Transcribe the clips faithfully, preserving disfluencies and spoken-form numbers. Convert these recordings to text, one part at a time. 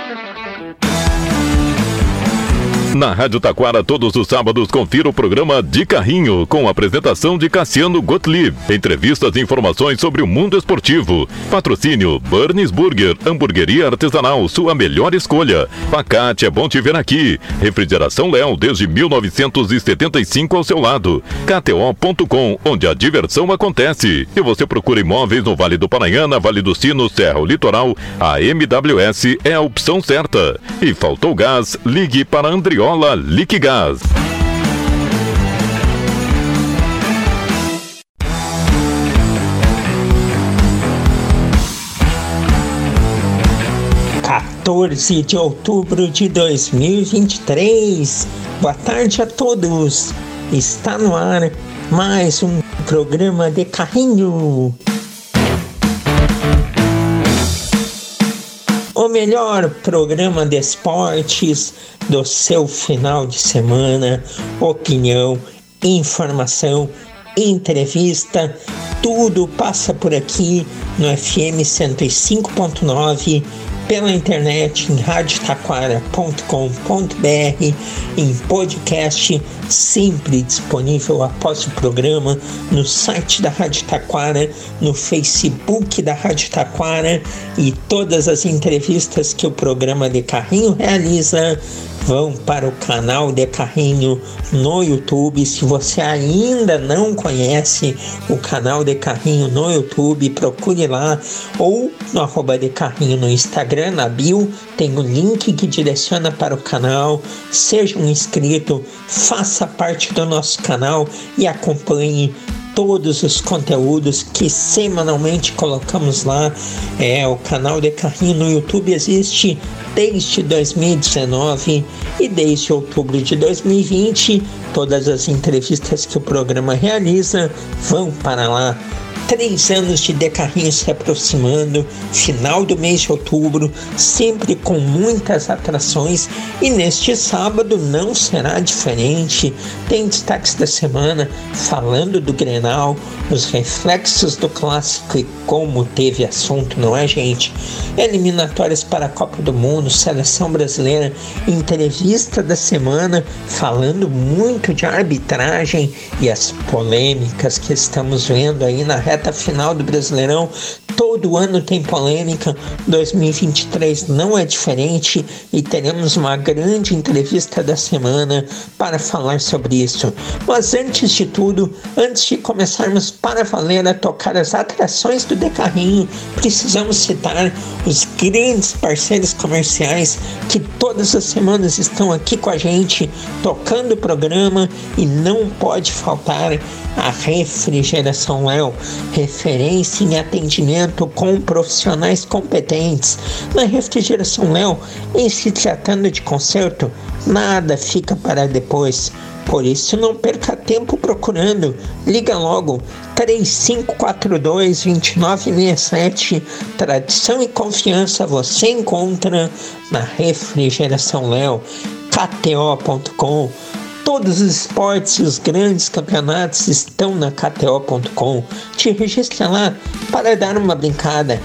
Na Rádio Taquara, todos os sábados, confira o programa De Carrinho, com a apresentação de Cassiano Gottlieb. Entrevistas e informações sobre o mundo esportivo. Patrocínio Burns Burger, hamburgueria artesanal, sua melhor escolha. Pacate, é bom te ver aqui. Refrigeração Léo, desde mil novecentos e setenta e cinco ao seu lado. K T O ponto com, onde a diversão acontece. E você procura imóveis no Vale do Paranhana, Vale do Sino, Serra ou Litoral, a M W S é a opção certa. E faltou gás? Ligue para Andriola Liquigás. quatorze de outubro de dois mil e vinte e três. Boa tarde a todos. Está no ar mais um programa de carrinho. O melhor programa de esportes do seu final de semana. Opinião, informação, entrevista, tudo passa por aqui no F M cento e cinco ponto nove, pela internet em rádio taquara ponto com ponto b r, em podcast sempre disponível após o programa, no site da Rádio Taquara, no Facebook da Rádio Taquara, e todas as entrevistas que o programa de carrinho realiza vão para o canal de carrinho no YouTube. Se você ainda não conhece o canal de carrinho no YouTube, procure lá, ou no arroba de carrinho no Instagram, na bio, tem um link que direciona para o canal. Seja um inscrito, faça parte do nosso canal e acompanhe todos os conteúdos que semanalmente colocamos lá. É, o canal de carrinho no YouTube existe desde dois mil e dezenove, e desde outubro de dois mil e vinte todas as entrevistas que o programa realiza vão para lá. Três anos de De Carrinho se aproximando, final do mês de outubro, sempre com muitas atrações, e neste sábado não será diferente. Tem destaques da semana falando do Grenal, os reflexos do clássico e como teve assunto, não é, gente? Eliminatórias para a Copa do Mundo, seleção brasileira, entrevista da semana falando muito de arbitragem e as polêmicas que estamos vendo aí na reta final do Brasileirão. Todo ano tem polêmica, dois mil e vinte e três não é diferente, e teremos uma grande entrevista da semana para falar sobre isso. Mas antes de tudo, antes de começarmos para valer a tocar as atrações do De Carrinho, precisamos citar os grandes parceiros comerciais que todas as semanas estão aqui com a gente, tocando o programa, e não pode faltar a Refrigeração Léo, referência em atendimento com profissionais competentes. Na Refrigeração Léo, em se tratando de conserto, nada fica para depois. Por isso, não perca tempo procurando. Liga logo, três cinco quatro dois, dois nove seis sete. Tradição e confiança você encontra na Refrigeração Léo. K T O ponto com. Todos os esportes e os grandes campeonatos estão na K T O ponto com. Te registra lá para dar uma brincada.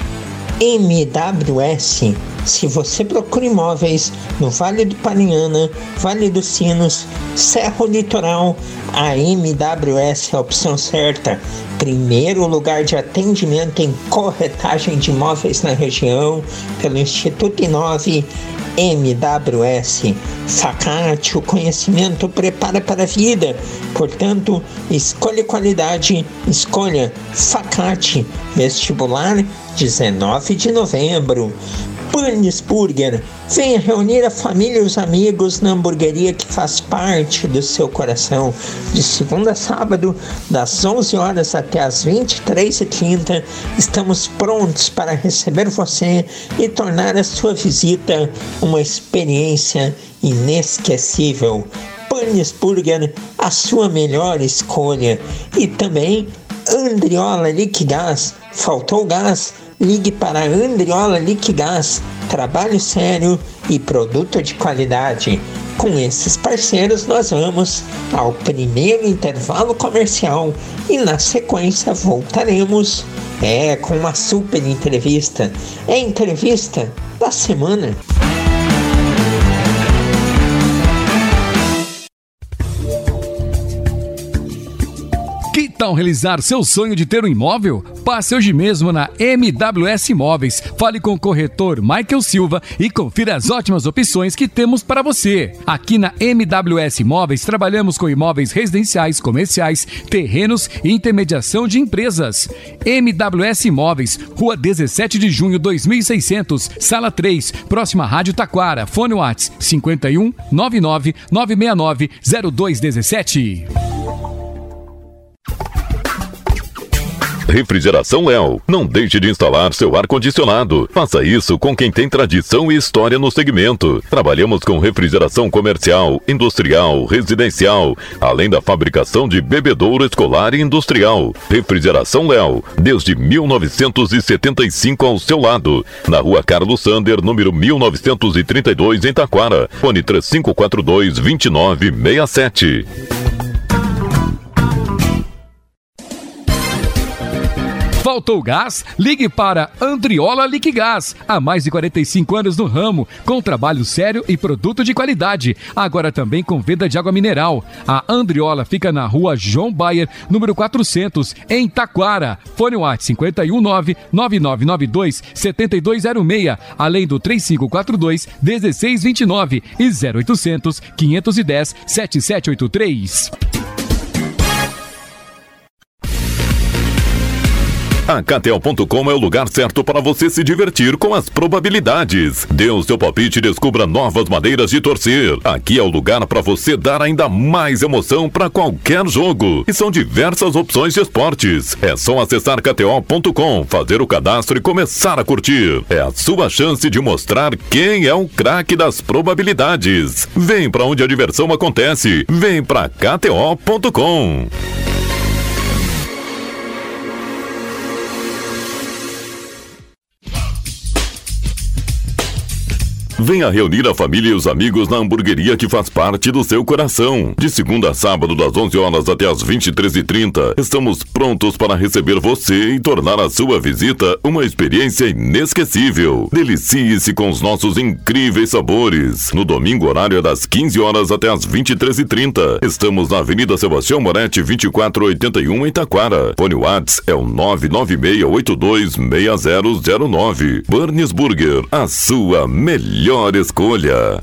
M W S. Se você procura imóveis no Vale do Paranhana, Vale dos Sinos, Serra Litoral, a M W S é a opção certa. Primeiro lugar de atendimento em corretagem de imóveis na região pelo Instituto Inove. M W S. Facate, o conhecimento prepara para a vida. Portanto, escolha qualidade, escolha Facate. Vestibular, dezenove de novembro. Burns Burger. Venha reunir a família e os amigos na hamburgueria que faz parte do seu coração. De segunda a sábado, das onze horas até as vinte e três e trinta, estamos prontos para receber você e tornar a sua visita uma experiência inesquecível. Burns Burger, a sua melhor escolha. E também Andriola Liquigás. Faltou gás? Ligue para Andriola Liquigás. Trabalho sério e produto de qualidade. Com esses parceiros, nós vamos ao primeiro intervalo comercial e na sequência voltaremos É, com uma super entrevista. É a entrevista da semana. Que tal realizar seu sonho de ter um imóvel? Passe hoje mesmo na M W S Imóveis. Fale com o corretor Michael Silva e confira as ótimas opções que temos para você. Aqui na M W S Imóveis trabalhamos com imóveis residenciais, comerciais, terrenos e intermediação de empresas. M W S Imóveis, Rua dezessete de junho, dois mil e seiscentos, Sala três, próxima à Rádio Taquara. Fone WhatsApp cinquenta e um, noventa e nove, novecentos e sessenta e nove, zero dois um sete. Refrigeração Léo. Não deixe de instalar seu ar-condicionado. Faça isso com quem tem tradição e história no segmento. Trabalhamos com refrigeração comercial, industrial, residencial, além da fabricação de bebedouro escolar e industrial. Refrigeração Léo, desde mil novecentos e setenta e cinco ao seu lado. Na Rua Carlos Sander, número mil novecentos e trinta e dois, em Taquara. Fone três cinco quatro dois, dois nove seis sete. Faltou gás? Ligue para Andriola Liquigás. Há mais de quarenta e cinco anos no ramo, com trabalho sério e produto de qualidade. Agora também com venda de água mineral. A Andriola fica na Rua João Baier, número quatrocentos, em Taquara. Fone WhatsApp cinquenta e um, nove nove nove nove dois, sete dois zero seis, além do três cinco quatro dois, um seis dois nove e zero oitocentos, quinhentos e dez, setenta e sete oitenta e três. A K T O ponto com é o lugar certo para você se divertir com as probabilidades. Dê o seu palpite e descubra novas maneiras de torcer. Aqui é o lugar para você dar ainda mais emoção para qualquer jogo. E são diversas opções de esportes. É só acessar K T O ponto com, fazer o cadastro e começar a curtir. É a sua chance de mostrar quem é o craque das probabilidades. Vem para onde a diversão acontece. Vem para K T O ponto com. Venha reunir a família e os amigos na hamburgueria que faz parte do seu coração. De segunda a sábado, das onze horas até as vinte e três e trinta, estamos prontos para receber você e tornar a sua visita uma experiência inesquecível. Delicie-se com os nossos incríveis sabores. No domingo, horário é das quinze horas até as vinte e três e trinta. Estamos na Avenida Sebastião Moretti, vinte e quatro oitenta e um, em Taquara. Fone WhatsApp é o nove nove seis oito dois seis zero zero nove. Burns Burger, a sua melhor Melhor escolha.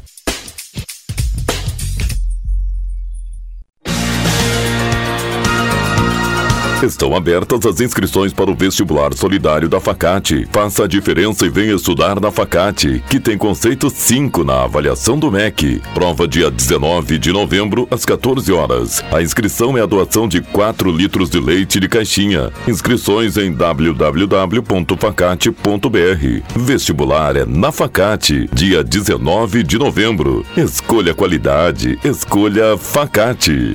Estão abertas as inscrições para o vestibular solidário da Facate. Faça a diferença e venha estudar na Facate, que tem conceito cinco na avaliação do M E C. Prova dia dezenove de novembro, às quatorze horas. A inscrição é a doação de quatro litros de leite de caixinha. Inscrições em w w w ponto facate ponto b r. Vestibular é na Facate, dia dezenove de novembro. Escolha qualidade, escolha Facate.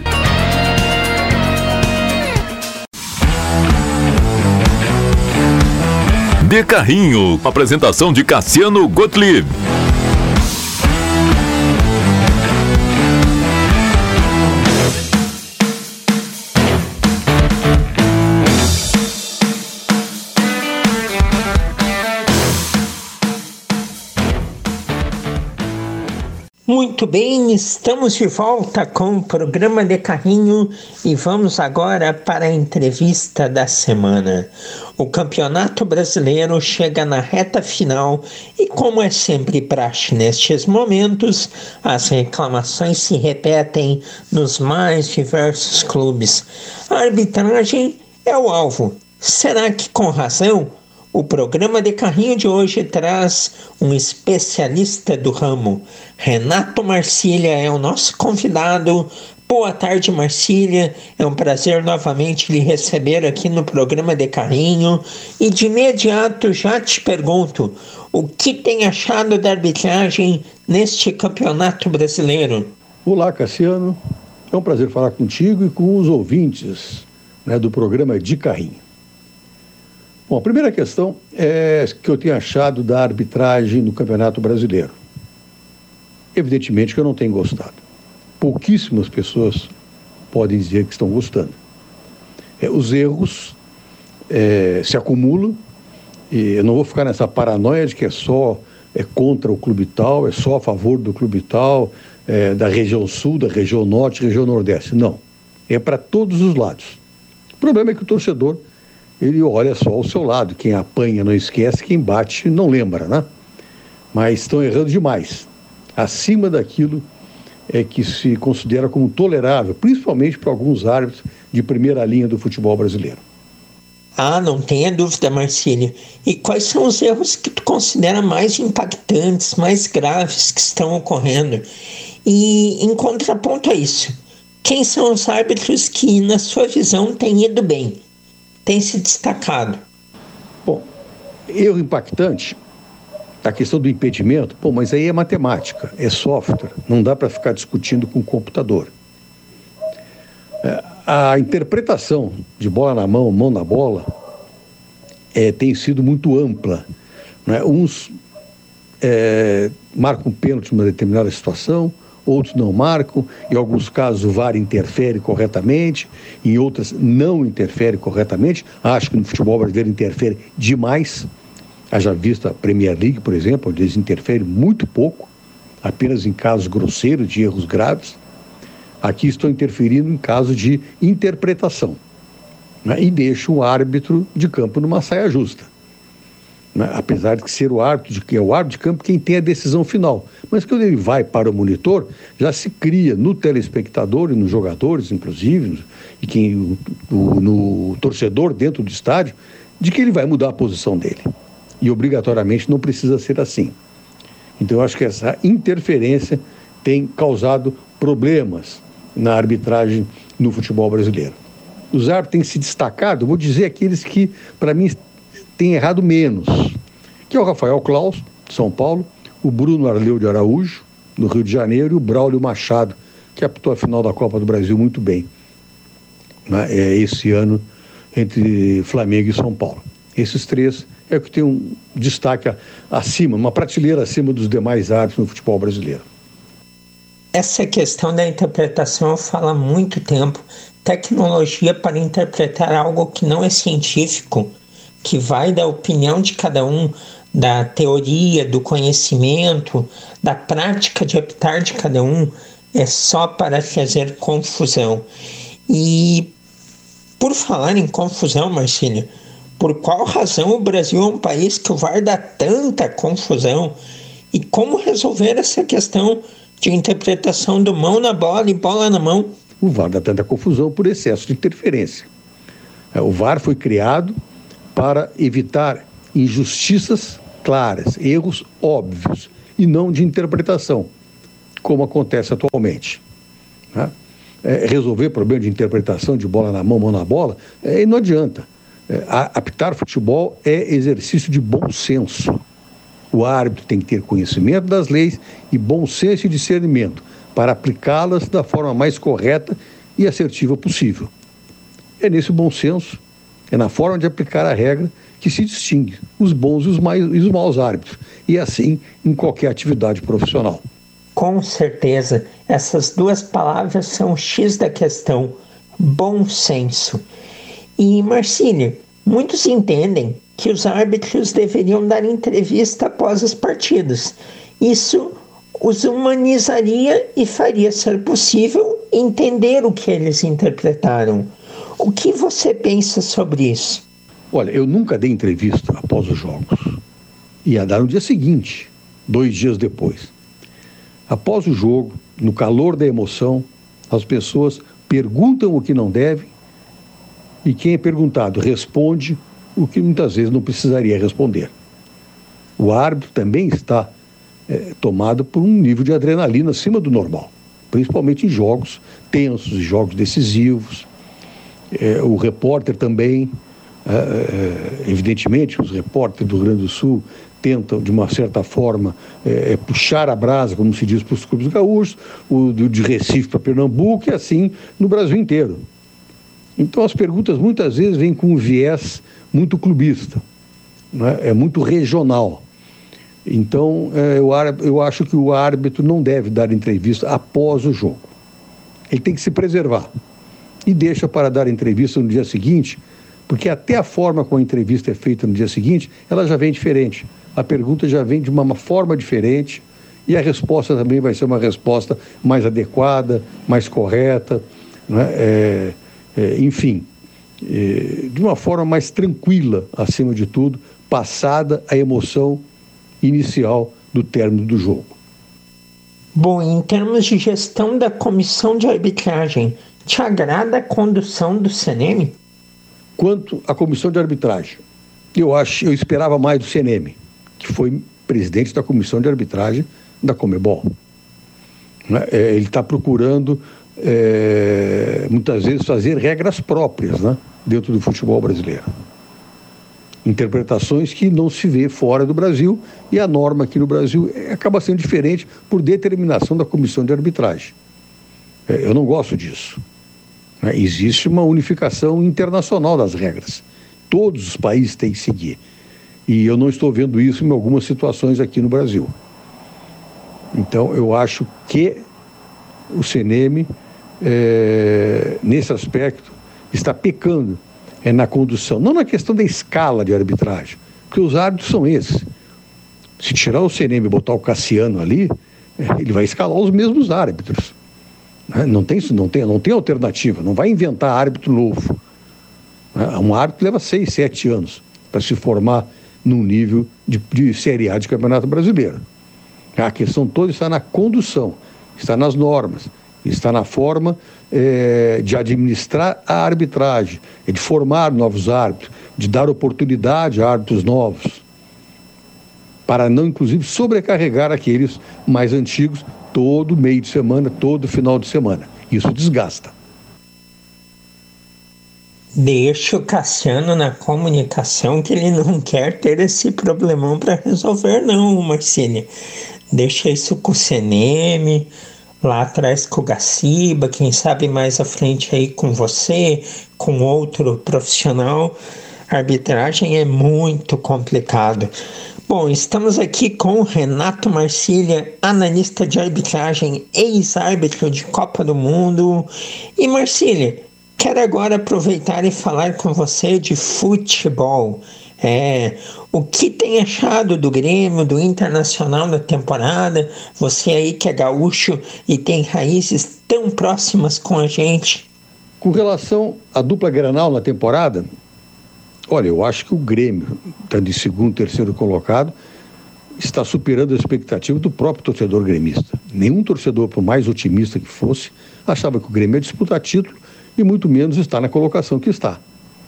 De Carrinho, apresentação de Cassiano Gottlieb. Muito bem, estamos de volta com o programa De Carrinho e vamos agora para a entrevista da semana. O Campeonato Brasileiro chega na reta final e, como é sempre praxe nestes momentos, as reclamações se repetem nos mais diversos clubes. A arbitragem é o alvo. Será que com razão? O programa De Carrinho de hoje traz um especialista do ramo. Renato Marcília é o nosso convidado. Boa tarde, Marcília. É um prazer novamente lhe receber aqui no programa De Carrinho. E de imediato já te pergunto, o que tem achado da arbitragem neste Campeonato Brasileiro? Olá, Cassiano. É um prazer falar contigo e com os ouvintes, né, do programa De Carrinho. Bom, a primeira questão é que eu tenho achado da arbitragem no Campeonato Brasileiro. Evidentemente que eu não tenho gostado. Pouquíssimas pessoas podem dizer que estão gostando. É, os erros é, se acumulam, e eu não vou ficar nessa paranoia de que é só é contra o clube tal, é só a favor do clube tal, é, da região sul, da região norte, região nordeste. Não, é para todos os lados. O problema é que o torcedor, ele olha só ao seu lado, quem apanha não esquece, quem bate não lembra, né? Mas estão errando demais, acima daquilo é que se considera como tolerável, principalmente para alguns árbitros de primeira linha do futebol brasileiro. Ah, não tenha dúvida, Marcílio. E quais são os erros que tu considera mais impactantes, mais graves que estão ocorrendo? E, em contraponto a isso, quem são os árbitros que, na sua visão, têm ido bem, têm se destacado? Bom, erro impactante, a questão do impedimento, pô, mas aí é matemática, é software, não dá para ficar discutindo com o computador. É, a interpretação de bola na mão, mão na bola, é, tem sido muito ampla, né? Uns é, marcam pênalti numa determinada situação, outros não marcam, em alguns casos o V A R interfere corretamente, em outras não interfere corretamente. Acho que no futebol brasileiro interfere demais. Haja vista a Premier League, por exemplo, onde eles interferem muito pouco, apenas em casos grosseiros de erros graves. Aqui estão interferindo em caso de interpretação, né? E deixam o árbitro de campo numa saia justa, né? Apesar de ser o árbitro de, que é o árbitro de campo quem tem a decisão final. Mas quando ele vai para o monitor, já se cria no telespectador e nos jogadores, inclusive, e quem, o, o, no torcedor dentro do estádio, de que ele vai mudar a posição dele. E obrigatoriamente não precisa ser assim. Então eu acho que essa interferência tem causado problemas na arbitragem no futebol brasileiro. Os árbitros têm se destacado, vou dizer aqueles que, para mim, têm errado menos, que é o Rafael Claus, de São Paulo, o Bruno Arleu de Araújo, do Rio de Janeiro, e o Braulio Machado, que apitou a final da Copa do Brasil muito bem, né, é, esse ano, entre Flamengo e São Paulo. Esses três é o que tem um destaque acima, uma prateleira acima dos demais árbitros no futebol brasileiro. Essa questão da interpretação eu falo há muito tempo. Tecnologia para interpretar algo que não é científico, que vai da opinião de cada um, da teoria, do conhecimento, da prática de apitar de cada um, é só para fazer confusão. E por falar em confusão, Marcílio, por qual razão o Brasil é um país que o V A R dá tanta confusão? E como resolver essa questão de interpretação do mão na bola e bola na mão? O V A R dá tanta confusão por excesso de interferência. O V A R foi criado para evitar injustiças claras, erros óbvios, e não de interpretação, como acontece atualmente. Né? É, resolver problema de interpretação de bola na mão, mão na bola, é, não adianta. É, apitar futebol é exercício de bom senso. O árbitro tem que ter conhecimento das leis e bom senso e discernimento para aplicá-las da forma mais correta e assertiva possível. É nesse bom senso, é na forma de aplicar a regra que se distingue os bons e os, mais, e os maus árbitros, e assim em qualquer atividade profissional. Com certeza, essas duas palavras são o X da questão, bom senso. E, Marcílio, muitos entendem que os árbitros deveriam dar entrevista após as partidas. Isso os humanizaria e faria ser possível entender o que eles interpretaram. O que você pensa sobre isso? Olha, eu nunca dei entrevista após os jogos. Ia dar no dia seguinte, dois dias depois. Após o jogo, no calor da emoção, as pessoas perguntam o que não devem e quem é perguntado responde o que muitas vezes não precisaria responder. O árbitro também está é, tomado por um nível de adrenalina acima do normal, principalmente em jogos tensos, jogos decisivos. É, o repórter também, é, é, evidentemente, os repórteres do Rio Grande do Sul tentam, de uma certa forma, é, é, puxar a brasa, como se diz para os clubes gaúchos, o de Recife para Pernambuco e assim no Brasil inteiro. Então as perguntas muitas vezes vêm com um viés muito clubista, né? É muito regional. Então é, eu, eu acho que o árbitro não deve dar entrevista após o jogo. Ele tem que se preservar e deixa para dar entrevista no dia seguinte Porque até a forma como a entrevista é feita no dia seguinte, ela já vem diferente. A pergunta já vem de uma forma diferente e a resposta também vai ser uma resposta mais adequada, mais correta, né? é, é, enfim, é, de uma forma mais tranquila, acima de tudo, passada a emoção inicial do término do jogo. Bom, em termos de gestão da comissão de arbitragem, te agrada a condução do C N M? Quanto à comissão de arbitragem, eu acho, eu esperava mais do C N M, que foi presidente da comissão de arbitragem da Conmebol. Né? É, ele está procurando, é, muitas vezes, fazer regras próprias, né, dentro do futebol brasileiro. Interpretações que não se vê fora do Brasil, e a norma aqui no Brasil acaba sendo diferente por determinação da comissão de arbitragem. É, eu não gosto disso. Né? Existe uma unificação internacional das regras. Todos os países têm que seguir. E eu não estou vendo isso em algumas situações aqui no Brasil. Então, eu acho que o C N M, é, nesse aspecto, está pecando é, na condução, não na questão da escala de arbitragem, porque os árbitros são esses. Se tirar o C N M e botar o Cassiano ali, é, ele vai escalar os mesmos árbitros. Né? Não tem, não tem, não tem alternativa, não vai inventar árbitro novo. Né? Um árbitro leva seis, sete anos para se formar num nível de, de Série A de Campeonato Brasileiro. A questão toda está na condução, está nas normas, está na forma é, de administrar a arbitragem, de formar novos árbitros, de dar oportunidade a árbitros novos, para não, inclusive, sobrecarregar aqueles mais antigos todo meio de semana, todo final de semana. Isso desgasta. Deixa o Cassiano na comunicação, que ele não quer ter esse problemão para resolver, não, Marcília. Deixa isso com o C N M, lá atrás com o Gaciba, quem sabe mais à frente aí com você, com outro profissional. A arbitragem é muito complicado. Bom, estamos aqui com o Renato Marcília, analista de arbitragem, ex-árbitro de Copa do Mundo. E Marcília, quero agora aproveitar e falar com você de futebol. É, o que tem achado do Grêmio, do Internacional na temporada? Você aí que é gaúcho e tem raízes tão próximas com a gente. Com relação à dupla Granal na temporada, olha, eu acho que o Grêmio, estando em segundo, terceiro colocado, está superando a expectativa do próprio torcedor gremista. Nenhum torcedor, por mais otimista que fosse, achava que o Grêmio ia disputar título e muito menos está na colocação que está.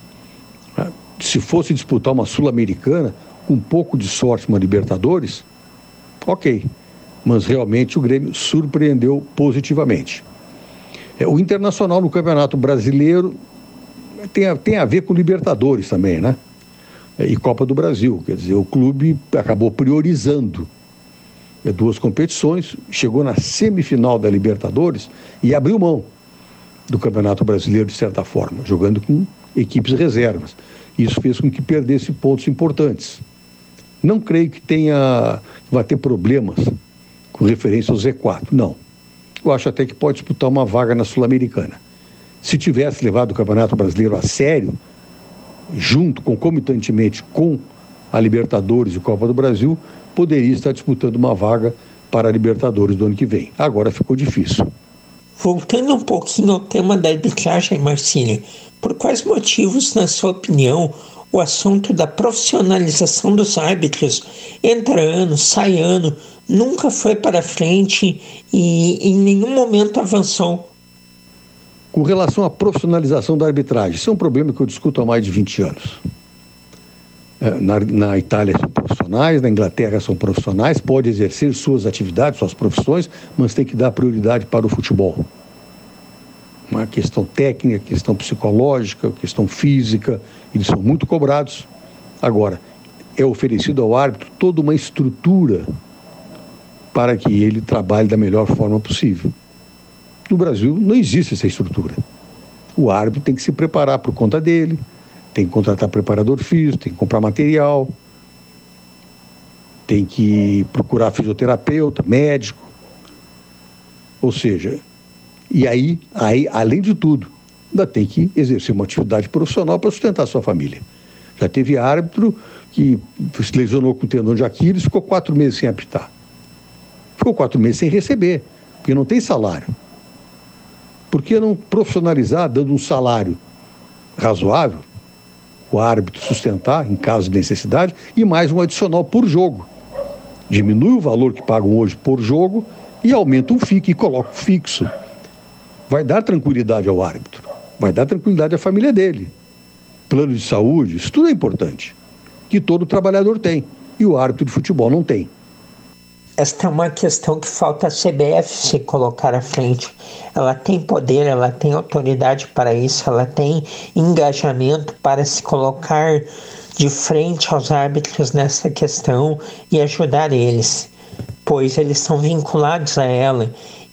Se fosse disputar uma Sul-Americana, com um pouco de sorte uma Libertadores, ok. Mas realmente o Grêmio surpreendeu positivamente. É, o Internacional no Campeonato Brasileiro tem a, tem a ver com Libertadores também, né? É, e Copa do Brasil. Quer dizer, o clube acabou priorizando é, duas competições, chegou na semifinal da Libertadores e abriu mão do Campeonato Brasileiro, de certa forma, jogando com equipes reservas. Isso fez com que perdesse pontos importantes. Não creio que tenha, vai ter problemas com referência ao Z quatro, não. Eu acho até que pode disputar uma vaga na Sul-Americana. Se tivesse levado o Campeonato Brasileiro a sério, junto, concomitantemente com a Libertadores e Copa do Brasil, poderia estar disputando uma vaga para a Libertadores do ano que vem. Agora ficou difícil. Voltando um pouquinho ao tema da arbitragem, Marcília, por quais motivos, na sua opinião, o assunto da profissionalização dos árbitros entra ano, sai ano, nunca foi para frente e em nenhum momento avançou? Com relação à profissionalização da arbitragem, isso é um problema que eu discuto há mais de vinte anos. Na, na Itália são profissionais, na Inglaterra são profissionais, pode exercer suas atividades, suas profissões, mas tem que dar prioridade para o futebol. Uma questão técnica, questão psicológica, questão física, eles são muito cobrados. Agora, é oferecido ao árbitro toda uma estrutura para que ele trabalhe da melhor forma possível. No Brasil não existe essa estrutura. O árbitro tem que se preparar por conta dele, tem que contratar preparador físico, tem que comprar material, tem que procurar fisioterapeuta, médico. Ou seja, e aí, aí, além de tudo, ainda tem que exercer uma atividade profissional para sustentar a sua família. Já teve árbitro que se lesionou com o tendão de Aquiles, ficou quatro meses sem apitar. Ficou quatro meses sem receber, porque não tem salário. Por que não profissionalizar dando um salário razoável, o árbitro sustentar em caso de necessidade, e mais um adicional por jogo? Diminui o valor que pagam hoje por jogo e aumenta um F I X e coloca o fixo. Vai dar tranquilidade ao árbitro, vai dar tranquilidade à família dele. Plano de saúde, isso tudo é importante, que todo trabalhador tem, e o árbitro de futebol não tem. Esta é uma questão que falta a C B F se colocar à frente. Ela tem poder, ela tem autoridade para isso, ela tem engajamento para se colocar de frente aos árbitros nessa questão e ajudar eles, pois eles são vinculados a ela.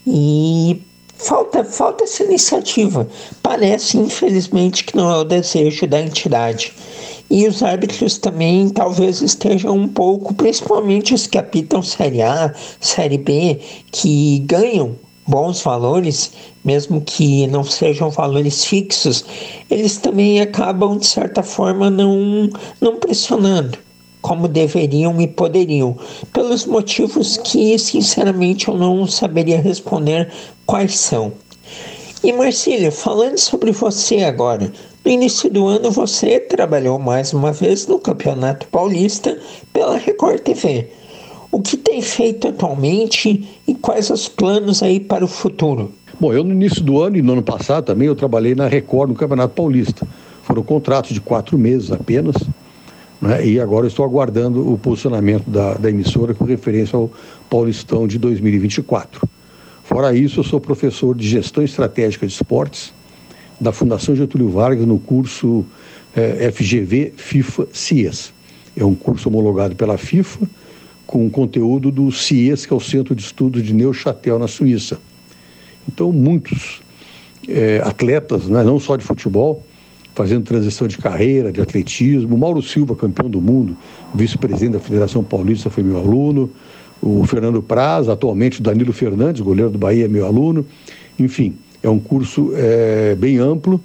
E falta, falta essa iniciativa. Parece, infelizmente, que não é o desejo da entidade. E os árbitros também talvez estejam um pouco, principalmente os que apitam Série A, Série B, que ganham bons valores, mesmo que não sejam valores fixos, eles também acabam, de certa forma, não, não pressionando como deveriam e poderiam, pelos motivos que, sinceramente, eu não saberia responder quais são. E Marcília, falando sobre você agora, no início do ano você trabalhou mais uma vez no Campeonato Paulista pela Record T V. O que tem feito atualmente e quais os planos aí para o futuro? Bom, eu no início do ano e no ano passado também eu trabalhei na Record no Campeonato Paulista. Foram contratos de quatro meses apenas, né? E agora eu estou aguardando o posicionamento da, da emissora com referência ao Paulistão de dois mil e vinte e quatro. Fora isso, eu sou professor de Gestão Estratégica de Esportes da Fundação Getúlio Vargas no curso eh, F G V FIFA C I E S. É um curso homologado pela FIFA com conteúdo do C I E S, que é o Centro de Estudos de Neuchâtel, na Suíça. Então, muitos eh, atletas, né, não só de futebol, fazendo transição de carreira, de atletismo. O Mauro Silva, campeão do mundo, vice-presidente da Federação Paulista, foi meu aluno. O Fernando Praz, atualmente o Danilo Fernandes, goleiro do Bahia, é meu aluno. Enfim, é um curso é, bem amplo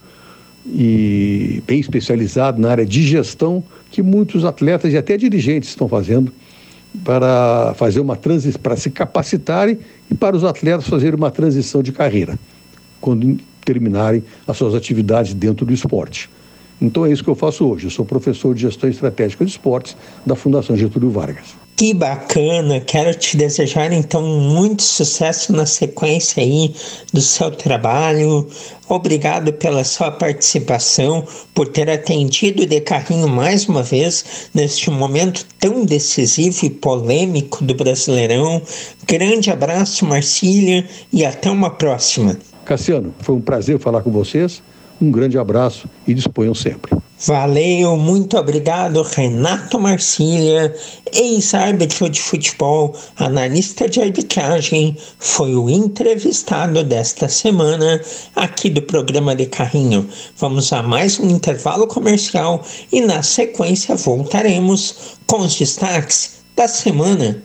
e bem especializado na área de gestão que muitos atletas e até dirigentes estão fazendo para fazer uma transição, para se capacitarem e para os atletas fazerem uma transição de carreira quando terminarem as suas atividades dentro do esporte. Então é isso que eu faço hoje. Eu sou professor de Gestão Estratégica de Esportes da Fundação Getúlio Vargas. Que bacana, quero te desejar então muito sucesso na sequência aí do seu trabalho. Obrigado pela sua participação, por ter atendido de carrinho mais uma vez neste momento tão decisivo e polêmico do Brasileirão. Grande abraço, Marcília, e até uma próxima. Cassiano, foi um prazer falar com vocês. Um grande abraço e disponham sempre. Valeu, muito obrigado, Renato Marcília, ex-árbitro de futebol, analista de arbitragem, foi o entrevistado desta semana aqui do programa de Carrinho. Vamos a mais um intervalo comercial e na sequência voltaremos com os destaques da semana.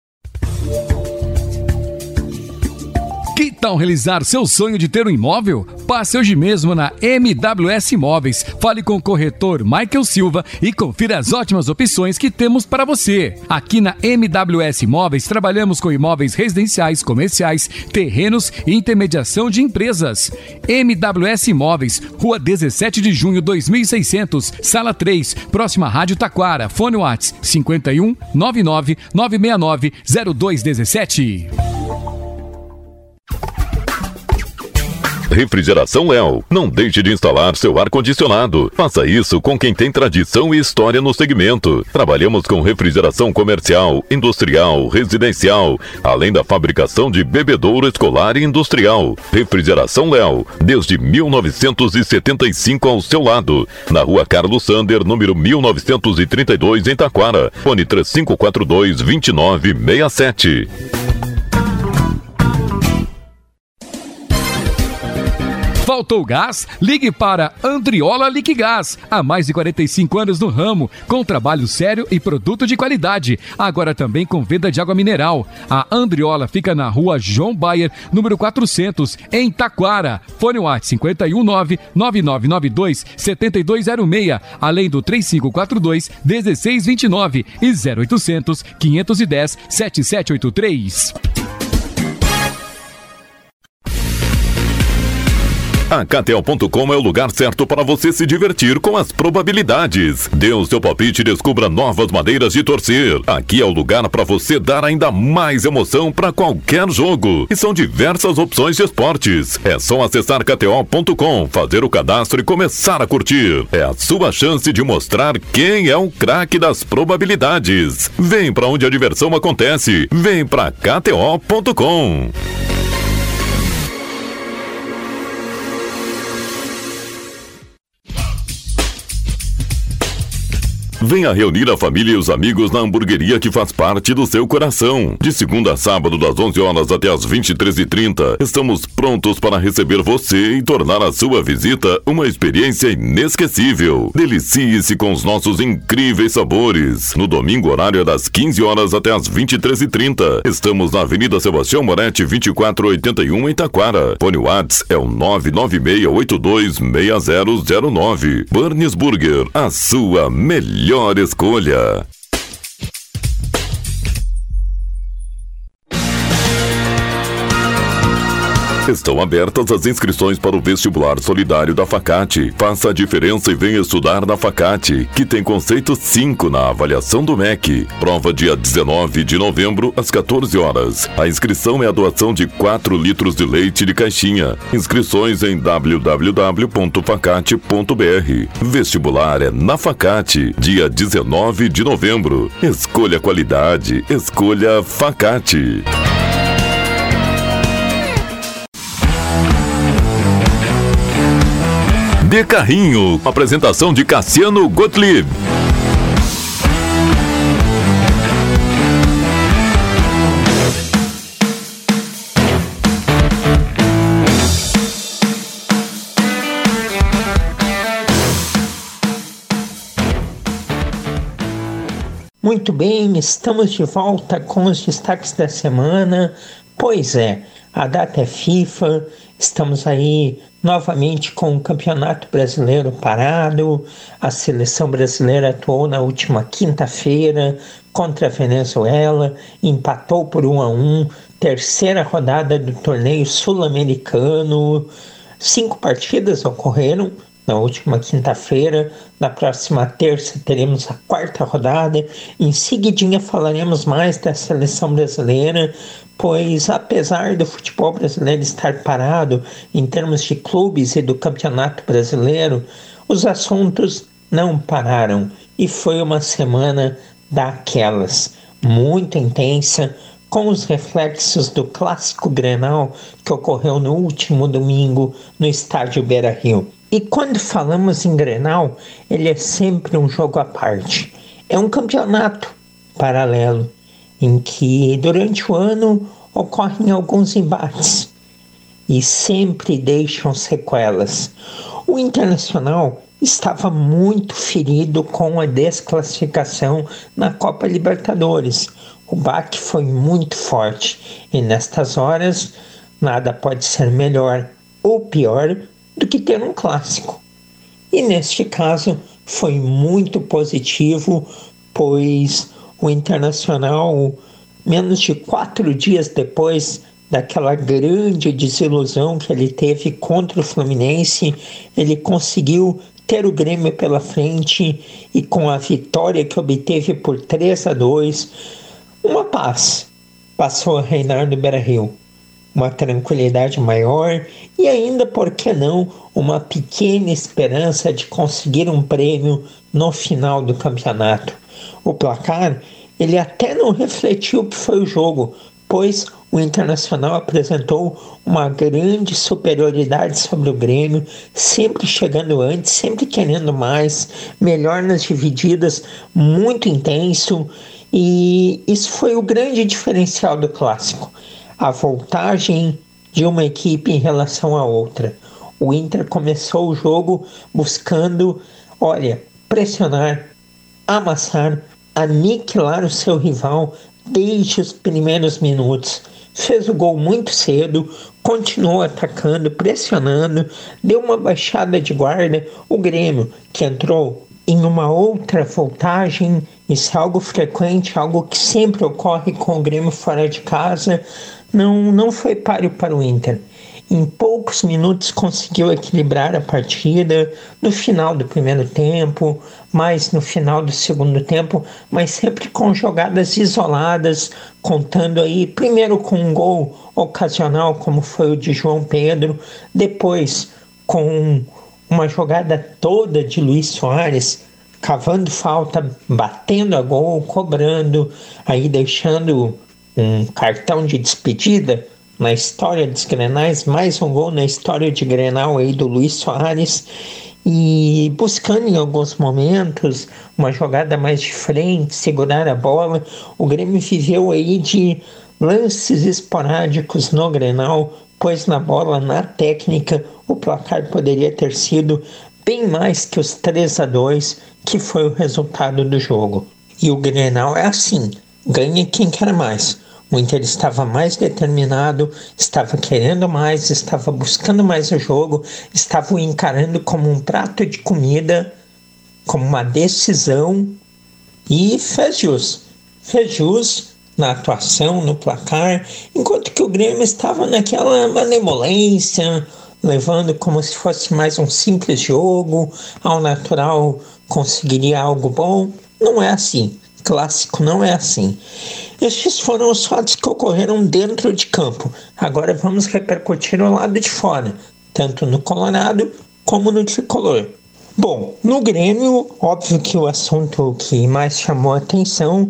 Que tal realizar seu sonho de ter um imóvel? Passe hoje mesmo na M W S Imóveis. Fale com o corretor Michael Silva e confira as ótimas opções que temos para você. Aqui na M W S Imóveis trabalhamos com imóveis residenciais, comerciais, terrenos e intermediação de empresas. M W S Imóveis, Rua dezessete de junho, dois mil e seiscentos, Sala três, próxima à Rádio Taquara. Fone WhatsApp cinco um nove nove nove seis nove zero dois um sete. Refrigeração Léo. Não deixe de instalar seu ar-condicionado. Faça isso com quem tem tradição e história no segmento. Trabalhamos com refrigeração comercial, industrial, residencial, além da fabricação de bebedouro escolar e industrial. Refrigeração Léo, desde mil novecentos e setenta e cinco ao seu lado. Na Rua Carlos Sander, número mil novecentos e trinta e dois, em Taquara. Fone três cinco quatro dois, dois nove seis sete. Faltou gás? Ligue para Andriola Liquigás. Há mais de quarenta e cinco anos no ramo, com trabalho sério e produto de qualidade. Agora também com venda de água mineral. A Andriola fica na rua João Baier, número quatrocentos, em Taquara. Fone WhatsApp cinco um nove, nove nove nove dois, sete dois zero seis, além do três cinco quatro dois, um seis dois nove e zero oitocentos, quinhentos e dez, sete sete oito três. A K T O ponto com é o lugar certo para você se divertir com as probabilidades. Dê o seu palpite e descubra novas maneiras de torcer. Aqui é o lugar para você dar ainda mais emoção para qualquer jogo. E são diversas opções de esportes. É só acessar K T O ponto com, fazer o cadastro e começar a curtir. É a sua chance de mostrar quem é o craque das probabilidades. Vem para onde a diversão acontece. Vem para K T O ponto com. Venha reunir a família e os amigos na hamburgueria que faz parte do seu coração. De segunda a sábado, das onze horas até as vinte e três e trinta, estamos prontos para receber você e tornar a sua visita uma experiência inesquecível. Delicie-se com os nossos incríveis sabores. No domingo, horário é das quinze horas até as vinte e três e trinta. Estamos na Avenida Sebastião Moretti, vinte e quatro oitenta e um, em Taquara. Fone WhatsApp é o nove nove seis oito dois seis zero zero nove. Burnes Burger, a sua melhor Melhor escolha. Estão abertas as inscrições para o vestibular solidário da Facate. Faça a diferença e venha estudar na Facate, que tem conceito cinco na avaliação do M E C. Prova dia dezenove de novembro, às quatorze horas. A inscrição é a doação de quatro litros de leite de caixinha. Inscrições em w w w ponto facate ponto b r. Vestibular é na Facate, dia dezenove de novembro. Escolha qualidade, escolha Facate. De Carrinho, apresentação de Cassiano Gottlieb. Muito bem, estamos de volta com os destaques da semana. Pois é, a data é FIFA, estamos aí novamente com o Campeonato Brasileiro parado. A seleção brasileira atuou na última quinta-feira contra a Venezuela, empatou por um a um, terceira rodada do torneio sul-americano. Cinco partidas ocorreram na última quinta-feira. Na próxima terça teremos a quarta rodada. Em seguidinha falaremos mais da seleção brasileira, pois apesar do futebol brasileiro estar parado em termos de clubes e do Campeonato Brasileiro, os assuntos não pararam e foi uma semana daquelas, muito intensa, com os reflexos do clássico Grenal que ocorreu no último domingo no estádio Beira-Rio. E quando falamos em Grenal, ele é sempre um jogo à parte. É um campeonato paralelo, em que durante o ano ocorrem alguns embates e sempre deixam sequelas. O Internacional estava muito ferido com a desclassificação na Copa Libertadores. O baque foi muito forte e nestas horas nada pode ser melhor ou pior do que ter um clássico. E neste caso foi muito positivo, pois o Internacional, menos de quatro dias depois daquela grande desilusão que ele teve contra o Fluminense, ele conseguiu ter o Grêmio pela frente e com a vitória que obteve por três a dois, uma paz passou a reinar no Beira-Rio. Uma tranquilidade maior e ainda, por que não, uma pequena esperança de conseguir um prêmio no final do campeonato. O placar, ele até não refletiu o que foi o jogo, pois o Internacional apresentou uma grande superioridade sobre o Grêmio, sempre chegando antes, sempre querendo mais, melhor nas divididas, muito intenso, e isso foi o grande diferencial do clássico. A voltagem de uma equipe em relação à outra. O Inter começou o jogo buscando, olha, pressionar, amassar, aniquilar o seu rival desde os primeiros minutos. Fez o gol muito cedo, continuou atacando, pressionando, deu uma baixada de guarda. O Grêmio, que entrou em uma outra voltagem, isso é algo frequente, algo que sempre ocorre com o Grêmio fora de casa, não, não foi páreo para o Inter. Em poucos minutos conseguiu equilibrar a partida, no final do primeiro tempo, mais no final do segundo tempo, mas sempre com jogadas isoladas, contando aí primeiro com um gol ocasional, como foi o de João Pedro, depois com uma jogada toda de Luis Soares, cavando falta, batendo a gol, cobrando, aí deixando um cartão de despedida na história dos Grenais, mais um gol na história de Grenal aí do Luis Soares, e buscando em alguns momentos uma jogada mais de frente, segurar a bola. O Grêmio viveu aí de lances esporádicos no Grenal, pois na bola, na técnica, o placar poderia ter sido bem mais que os três a dois, que foi o resultado do jogo. E o Grenal é assim, ganha quem quer mais. O Inter estava mais determinado, estava querendo mais, estava buscando mais o jogo, estava o encarando como um prato de comida, como uma decisão, e fez jus. Fez jus na atuação, no placar, enquanto que o Grêmio estava naquela malemolência, levando como se fosse mais um simples jogo, ao natural conseguiria algo bom. Não é assim. Clássico não é assim. Estes foram os fatos que ocorreram dentro de campo. Agora vamos repercutir o lado de fora, tanto no Colorado como no Tricolor. Bom, no Grêmio, óbvio que o assunto que mais chamou a atenção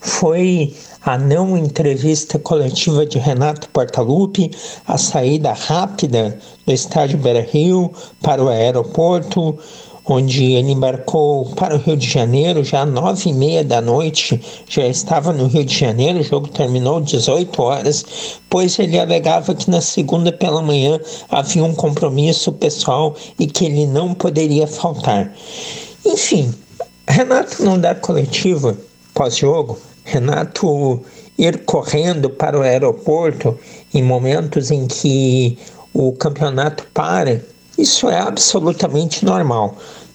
foi a não entrevista coletiva de Renato Portaluppi, a saída rápida do estádio Beira-Rio para o aeroporto, onde ele embarcou para o Rio de Janeiro já às nove e meia da noite, já estava no Rio de Janeiro, o jogo terminou às dezoito horas, pois ele alegava que na segunda pela manhã havia um compromisso pessoal e que ele não poderia faltar. Enfim, Renato não dá coletiva pós-jogo, Renato ir correndo para o aeroporto em momentos em que o campeonato para, isso é absolutamente normal.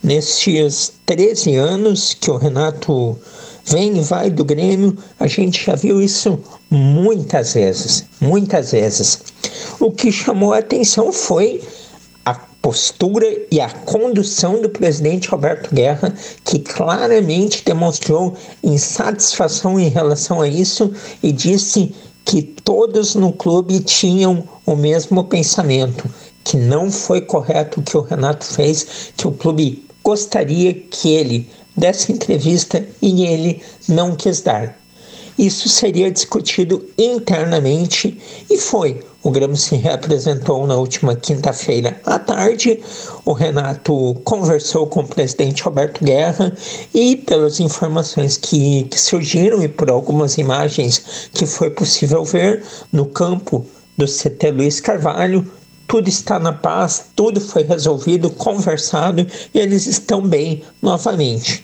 Nestes treze anos que o Renato vem e vai do Grêmio, a gente já viu isso muitas vezes, muitas vezes. O que chamou a atenção foi a postura e a condução do presidente Roberto Guerra, que claramente demonstrou insatisfação em relação a isso e disse que todos no clube tinham o mesmo pensamento, que não foi correto o que o Renato fez, que o clube gostaria que ele desse entrevista e ele não quis dar. Isso seria discutido internamente e foi. O Grêmio se reapresentou na última quinta-feira à tarde. O Renato conversou com o presidente Roberto Guerra e, pelas informações que, que surgiram e por algumas imagens que foi possível ver no campo do C T Luiz Carvalho, tudo está na paz, tudo foi resolvido, conversado e eles estão bem novamente.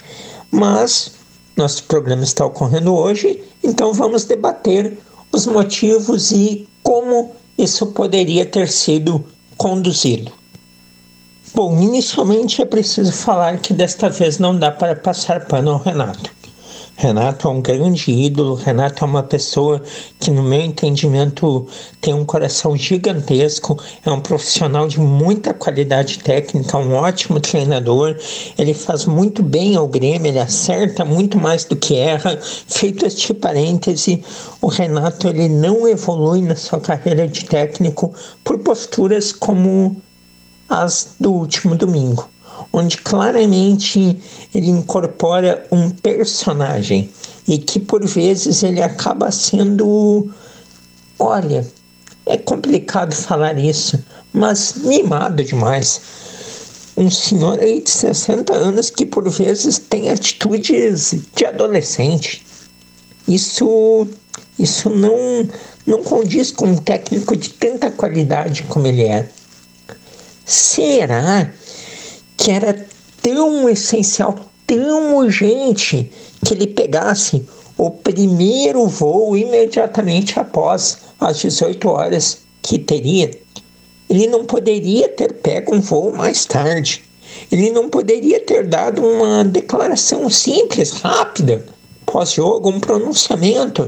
Mas nosso programa está ocorrendo hoje, então vamos debater os motivos e como isso poderia ter sido conduzido. Bom, inicialmente é preciso falar que desta vez não dá para passar pano ao Renato. Renato é um grande ídolo, Renato é uma pessoa que, no meu entendimento, tem um coração gigantesco, é um profissional de muita qualidade técnica, um ótimo treinador, ele faz muito bem ao Grêmio, ele acerta muito mais do que erra. Feito este parêntese, o Renato ele não evolui na sua carreira de técnico por posturas como as do último domingo, onde claramente ele incorpora um personagem e que por vezes ele acaba sendo, olha, é complicado falar isso, mas mimado demais. Um senhor aí de sessenta anos que por vezes tem atitudes de adolescente. Isso, isso não, não condiz com um técnico de tanta qualidade como ele é. Será que era tão essencial, tão urgente, que ele pegasse o primeiro voo imediatamente após as dezoito horas que teria? Ele não poderia ter pego um voo mais tarde. Ele não poderia ter dado uma declaração simples, rápida, pós-jogo, um pronunciamento.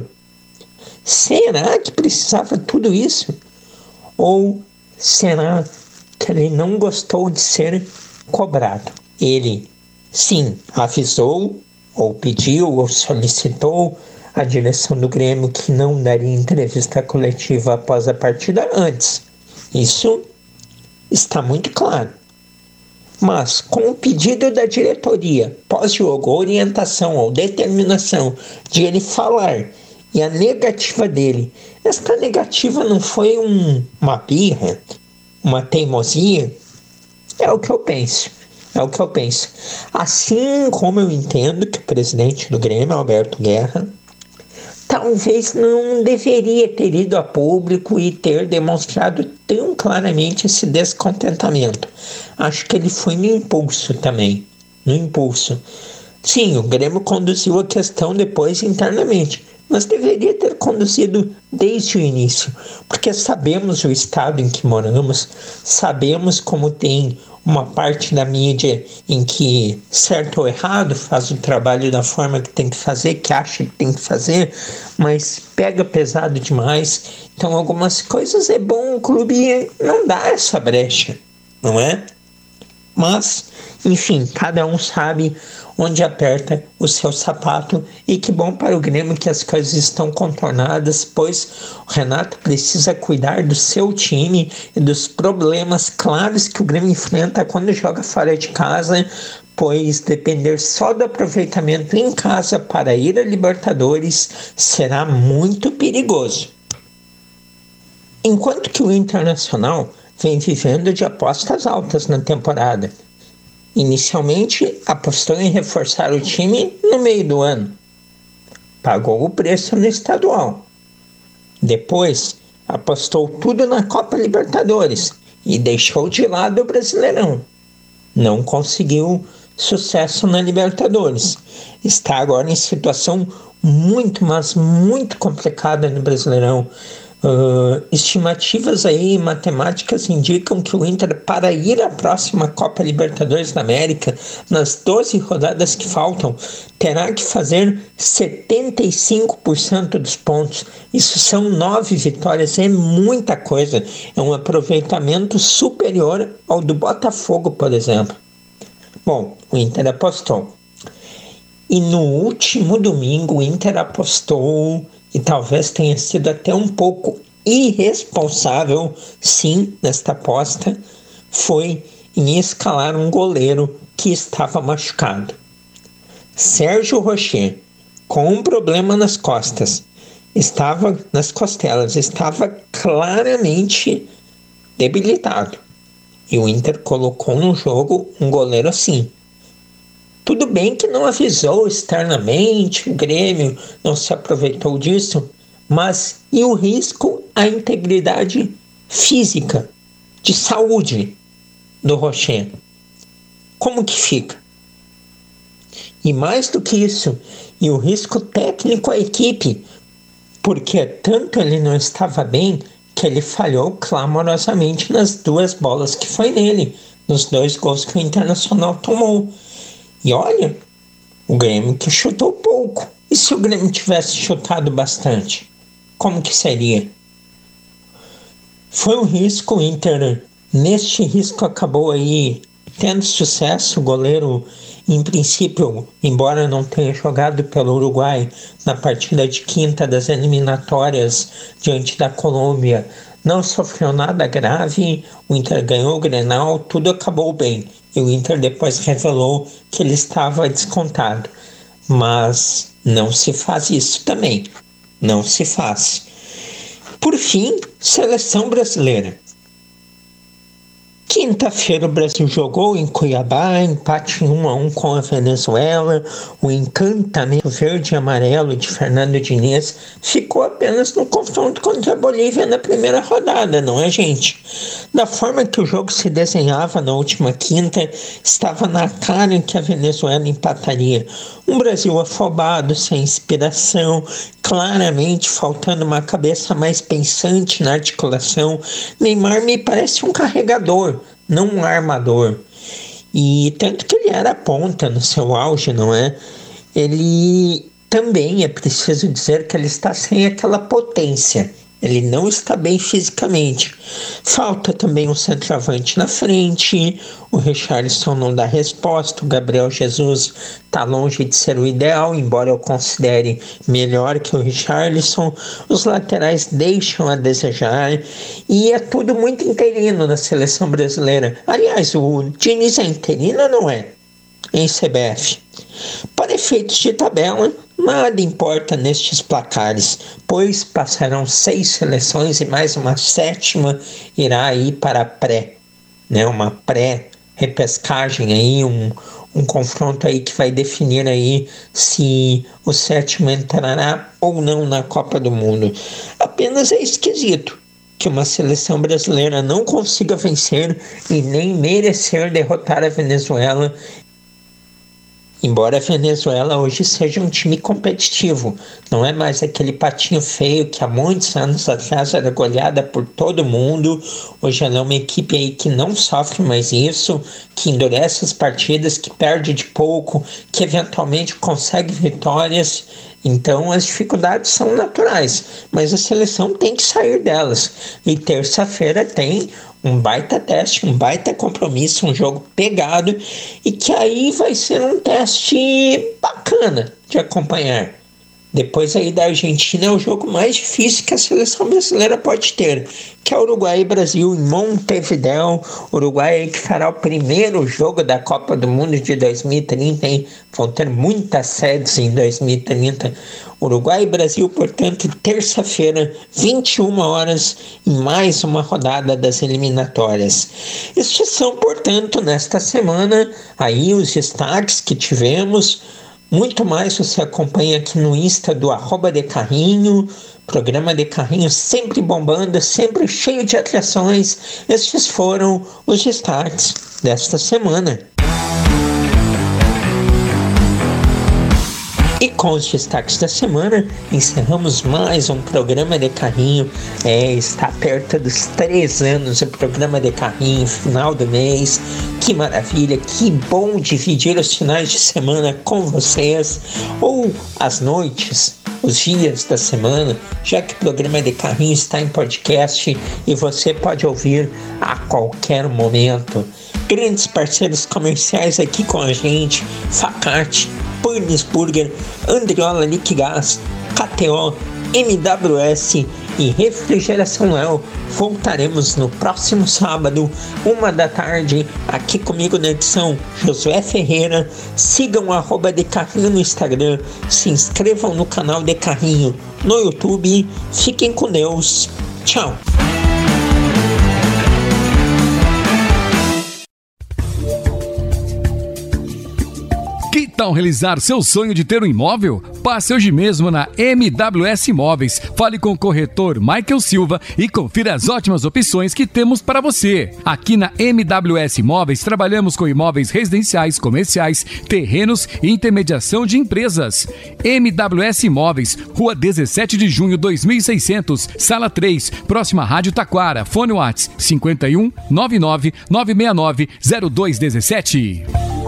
Será que precisava tudo isso? Ou será que ele não gostou de ser cobrado? Ele, sim, avisou, ou pediu, ou solicitou a direção do Grêmio que não daria entrevista coletiva após a partida antes. Isso está muito claro. Mas, com o pedido da diretoria, pós-jogo, orientação ou determinação de ele falar e a negativa dele, esta negativa não foi um, uma birra, uma teimosia? É o que eu penso. É o que eu penso. Assim como eu entendo que o presidente do Grêmio, Alberto Guerra, talvez não deveria ter ido a público e ter demonstrado tão claramente esse descontentamento. Acho que ele foi no impulso também. No impulso. Sim, o Grêmio conduziu a questão depois internamente, mas deveria ter conduzido desde o início, porque sabemos o estado em que moramos, sabemos como tem uma parte da mídia em que, certo ou errado, faz o trabalho da forma que tem que fazer, que acha que tem que fazer, mas pega pesado demais. Então, algumas coisas é bom o clube não dar essa brecha, não é? Mas, enfim, cada um sabe onde aperta o seu sapato, e que bom para o Grêmio que as coisas estão contornadas, pois o Renato precisa cuidar do seu time e dos problemas claros que o Grêmio enfrenta quando joga fora de casa, pois depender só do aproveitamento em casa para ir a Libertadores será muito perigoso. Enquanto que o Internacional vem vivendo de apostas altas na temporada. Inicialmente, apostou em reforçar o time no meio do ano. Pagou o preço no estadual. Depois, apostou tudo na Copa Libertadores e deixou de lado o Brasileirão. Não conseguiu sucesso na Libertadores. Está agora em situação muito, mas muito complicada no Brasileirão. Uh, estimativas aí matemáticas indicam que o Inter, para ir à próxima Copa Libertadores da América, nas doze rodadas que faltam, terá que fazer setenta e cinco por cento dos pontos. Isso são nove vitórias, é muita coisa. É um aproveitamento superior ao do Botafogo, por exemplo. Bom, o Inter apostou. E no último domingo, o Inter apostou, e talvez tenha sido até um pouco irresponsável, sim, nesta aposta, foi em escalar um goleiro que estava machucado. Sérgio Rocher, com um problema nas costas, estava nas costelas, estava claramente debilitado. E o Inter colocou no jogo um goleiro assim. Tudo bem que não avisou externamente, o Grêmio não se aproveitou disso, mas e o risco à integridade física, de saúde do Rocher? Como que fica? E mais do que isso, e o risco técnico à equipe, porque tanto ele não estava bem que ele falhou clamorosamente nas duas bolas que foi nele, nos dois gols que o Internacional tomou. E olha, o Grêmio que chutou pouco. E se o Grêmio tivesse chutado bastante? Como que seria? Foi um risco, o Inter, neste risco acabou aí tendo sucesso. O goleiro, em princípio, embora não tenha jogado pelo Uruguai na partida de quinta das eliminatórias diante da Colômbia, não sofreu nada grave. O Inter ganhou o Grenal, tudo acabou bem. E o Inter depois revelou que ele estava descontado. Mas não se faz isso também. Não se faz. Por fim, seleção brasileira. Quinta-feira o Brasil jogou em Cuiabá, empate um a um com a Venezuela. O encantamento verde e amarelo de Fernando Diniz ficou apenas no confronto contra a Bolívia na primeira rodada, não é, gente? Da forma que o jogo se desenhava na última quinta, estava na cara que a Venezuela empataria. Um Brasil afobado, sem inspiração, claramente faltando uma cabeça mais pensante na articulação. Neymar me parece um carregador, não um armador. E tanto que ele era ponta no seu auge, não é? Ele também é preciso dizer que ele está sem aquela potência. Ele não está bem fisicamente. Falta também um centroavante na frente. O Richarlison não dá resposta. O Gabriel Jesus está longe de ser o ideal, embora eu considere melhor que o Richarlison. Os laterais deixam a desejar. E é tudo muito interino na seleção brasileira. Aliás, o Diniz é interino ou não é? Em C B F. Para efeitos de tabela, nada importa nestes placares, pois passarão seis seleções e mais uma sétima irá ir para a pré, né? Uma pré-repescagem aí, um, um confronto aí que vai definir aí se o sétimo entrará ou não na Copa do Mundo. Apenas é esquisito que uma seleção brasileira não consiga vencer e nem merecer derrotar a Venezuela. Embora a Venezuela hoje seja um time competitivo, não é mais aquele patinho feio que há muitos anos atrás era goleada por todo mundo. Hoje ela é uma equipe aí que não sofre mais isso, que endurece as partidas, que perde de pouco, que eventualmente consegue vitórias. Então as dificuldades são naturais, mas a seleção tem que sair delas. E terça-feira tem um baita teste, um baita compromisso, um jogo pegado, e que aí vai ser um teste bacana de acompanhar. Depois aí da Argentina é o jogo mais difícil que a seleção brasileira pode ter, que é Uruguai e Brasil em Montevidéu. Uruguai aí que fará o primeiro jogo da Copa do Mundo de dois mil e trinta, hein? Vão ter muitas sedes em dois mil e trinta. Uruguai e Brasil, portanto, terça-feira, vinte e uma horas, em mais uma rodada das eliminatórias. Estes são, portanto, nesta semana, aí os destaques que tivemos. Muito mais você acompanha aqui no Insta do arroba de Carrinho, programa de Carrinho sempre bombando, sempre cheio de atrações. Estes foram os destaques desta semana. E com os destaques da semana, encerramos mais um programa de Carrinho. É, está perto dos três anos o programa de Carrinho, final do mês. Que maravilha, que bom dividir os finais de semana com vocês, ou as noites, os dias da semana, já que o programa de Carrinho está em podcast e você pode ouvir a qualquer momento. Grandes parceiros comerciais aqui com a gente: Facate, Burnes Burger, Andriola Liquigás, K T O, M W S e Refrigeração Léo. Voltaremos no próximo sábado, uma da tarde, aqui comigo na edição, Josué Ferreira. Sigam o arroba de Carrinho no Instagram, se inscrevam no canal de Carrinho no YouTube. Fiquem com Deus. Tchau. Que tal realizar seu sonho de ter um imóvel? Passe hoje mesmo na M W S Imóveis. Fale com o corretor Michael Silva e confira as ótimas opções que temos para você. Aqui na M W S Imóveis trabalhamos com imóveis residenciais, comerciais, terrenos e intermediação de empresas. M W S Imóveis, Rua dezessete de junho, dois mil e seiscentos, Sala três, próxima à Rádio Taquara. Fone WhatsApp cinco um nove nove nove seis nove zero dois um sete.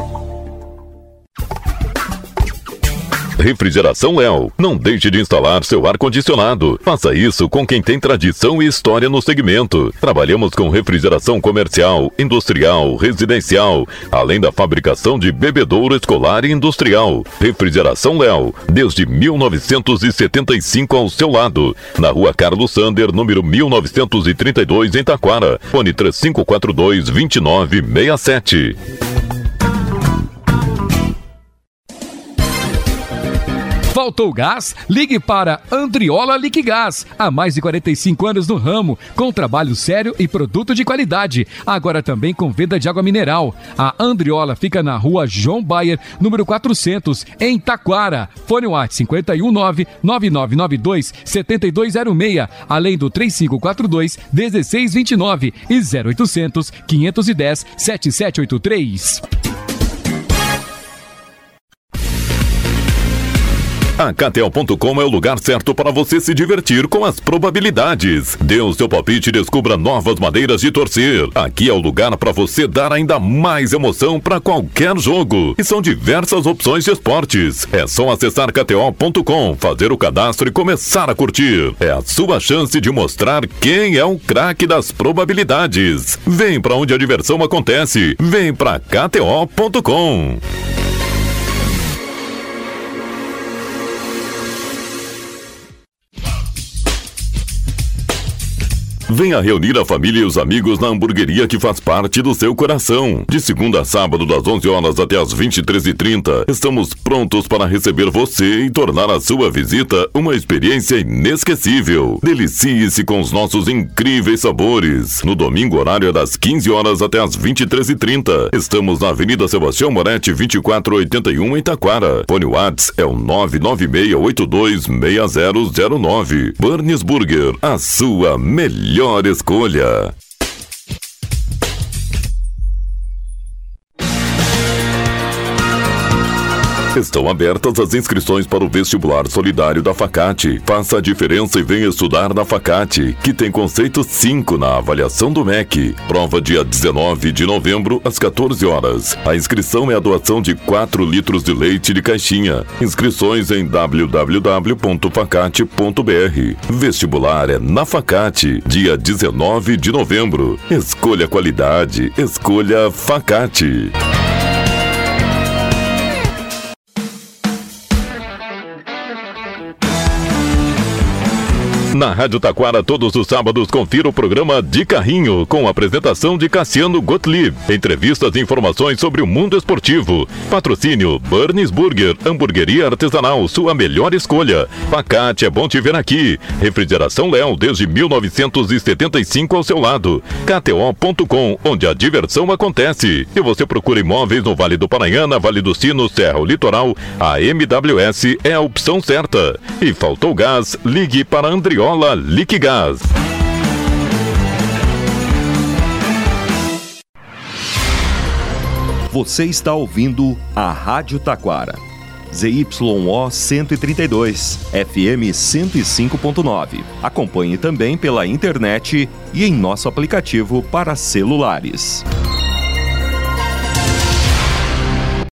Refrigeração Léo. Não deixe de instalar seu ar-condicionado. Faça isso com quem tem tradição e história no segmento. Trabalhamos com refrigeração comercial, industrial, residencial, além da fabricação de bebedouro escolar e industrial. Refrigeração Léo, desde mil novecentos e setenta e cinco ao seu lado. Na Rua Carlos Sander, número mil novecentos e trinta e dois, em Taquara. Fone três cinco quatro dois, dois nove seis sete. Faltou gás? Ligue para Andriola Liquigás. Há mais de quarenta e cinco anos no ramo, com trabalho sério e produto de qualidade. Agora também com venda de água mineral. A Andriola fica na rua João Baier, número quatrocentos, em Taquara. Fone WhatsApp cinco um nove, nove nove nove dois, sete dois zero seis, além do três cinco quatro dois, um seis dois nove e zero oitocentos, quinhentos e dez, sete sete oito três. A K T O ponto com é o lugar certo para você se divertir com as probabilidades. Dê o seu palpite e descubra novas maneiras de torcer. Aqui é o lugar para você dar ainda mais emoção para qualquer jogo. E são diversas opções de esportes. É só acessar K T O ponto com, fazer o cadastro e começar a curtir. É a sua chance de mostrar quem é o craque das probabilidades. Vem para onde a diversão acontece. Vem para K T O ponto com. Venha reunir a família e os amigos na hamburgueria que faz parte do seu coração. De segunda a sábado, das onze horas até as vinte e três e trinta, estamos prontos para receber você e tornar a sua visita uma experiência inesquecível. Delicie-se com os nossos incríveis sabores. No domingo, horário é das quinze horas até as vinte e três e trinta. Estamos na Avenida Sebastião Moretti, vinte e quatro oitenta e um, em Taquara. Fone WhatsApp é o nove nove seis oito dois seis zero zero nove. Burns Burger, a sua melhor Melhor escolha. Estão abertas as inscrições para o vestibular solidário da Facate. Faça a diferença e venha estudar na Facate, que tem conceito cinco na avaliação do M E C. Prova dia dezenove de novembro, às quatorze horas. A inscrição é a doação de quatro litros de leite de caixinha. Inscrições em w w w ponto facate ponto b r. Vestibular é na Facate, dia dezenove de novembro. Escolha qualidade, escolha Facate. Na Rádio Taquara, todos os sábados, confira o programa De Carrinho, com a apresentação de Cassiano Gottlieb. Entrevistas e informações sobre o mundo esportivo. Patrocínio Burns Burger, hamburgueria artesanal, sua melhor escolha. Facate, é bom te ver aqui. Refrigeração Léo, desde mil novecentos e setenta e cinco ao seu lado. K T O ponto com, onde a diversão acontece. E você procura imóveis no Vale do Paranhana, Vale do Sino, Serra ou Litoral, a M W S é a opção certa. E faltou gás? Ligue para Andriola Liquigás. Você está ouvindo a Rádio Taquara. Z Y O cento e trinta e dois, F M cento e cinco ponto nove. Acompanhe também pela internet e em nosso aplicativo para celulares.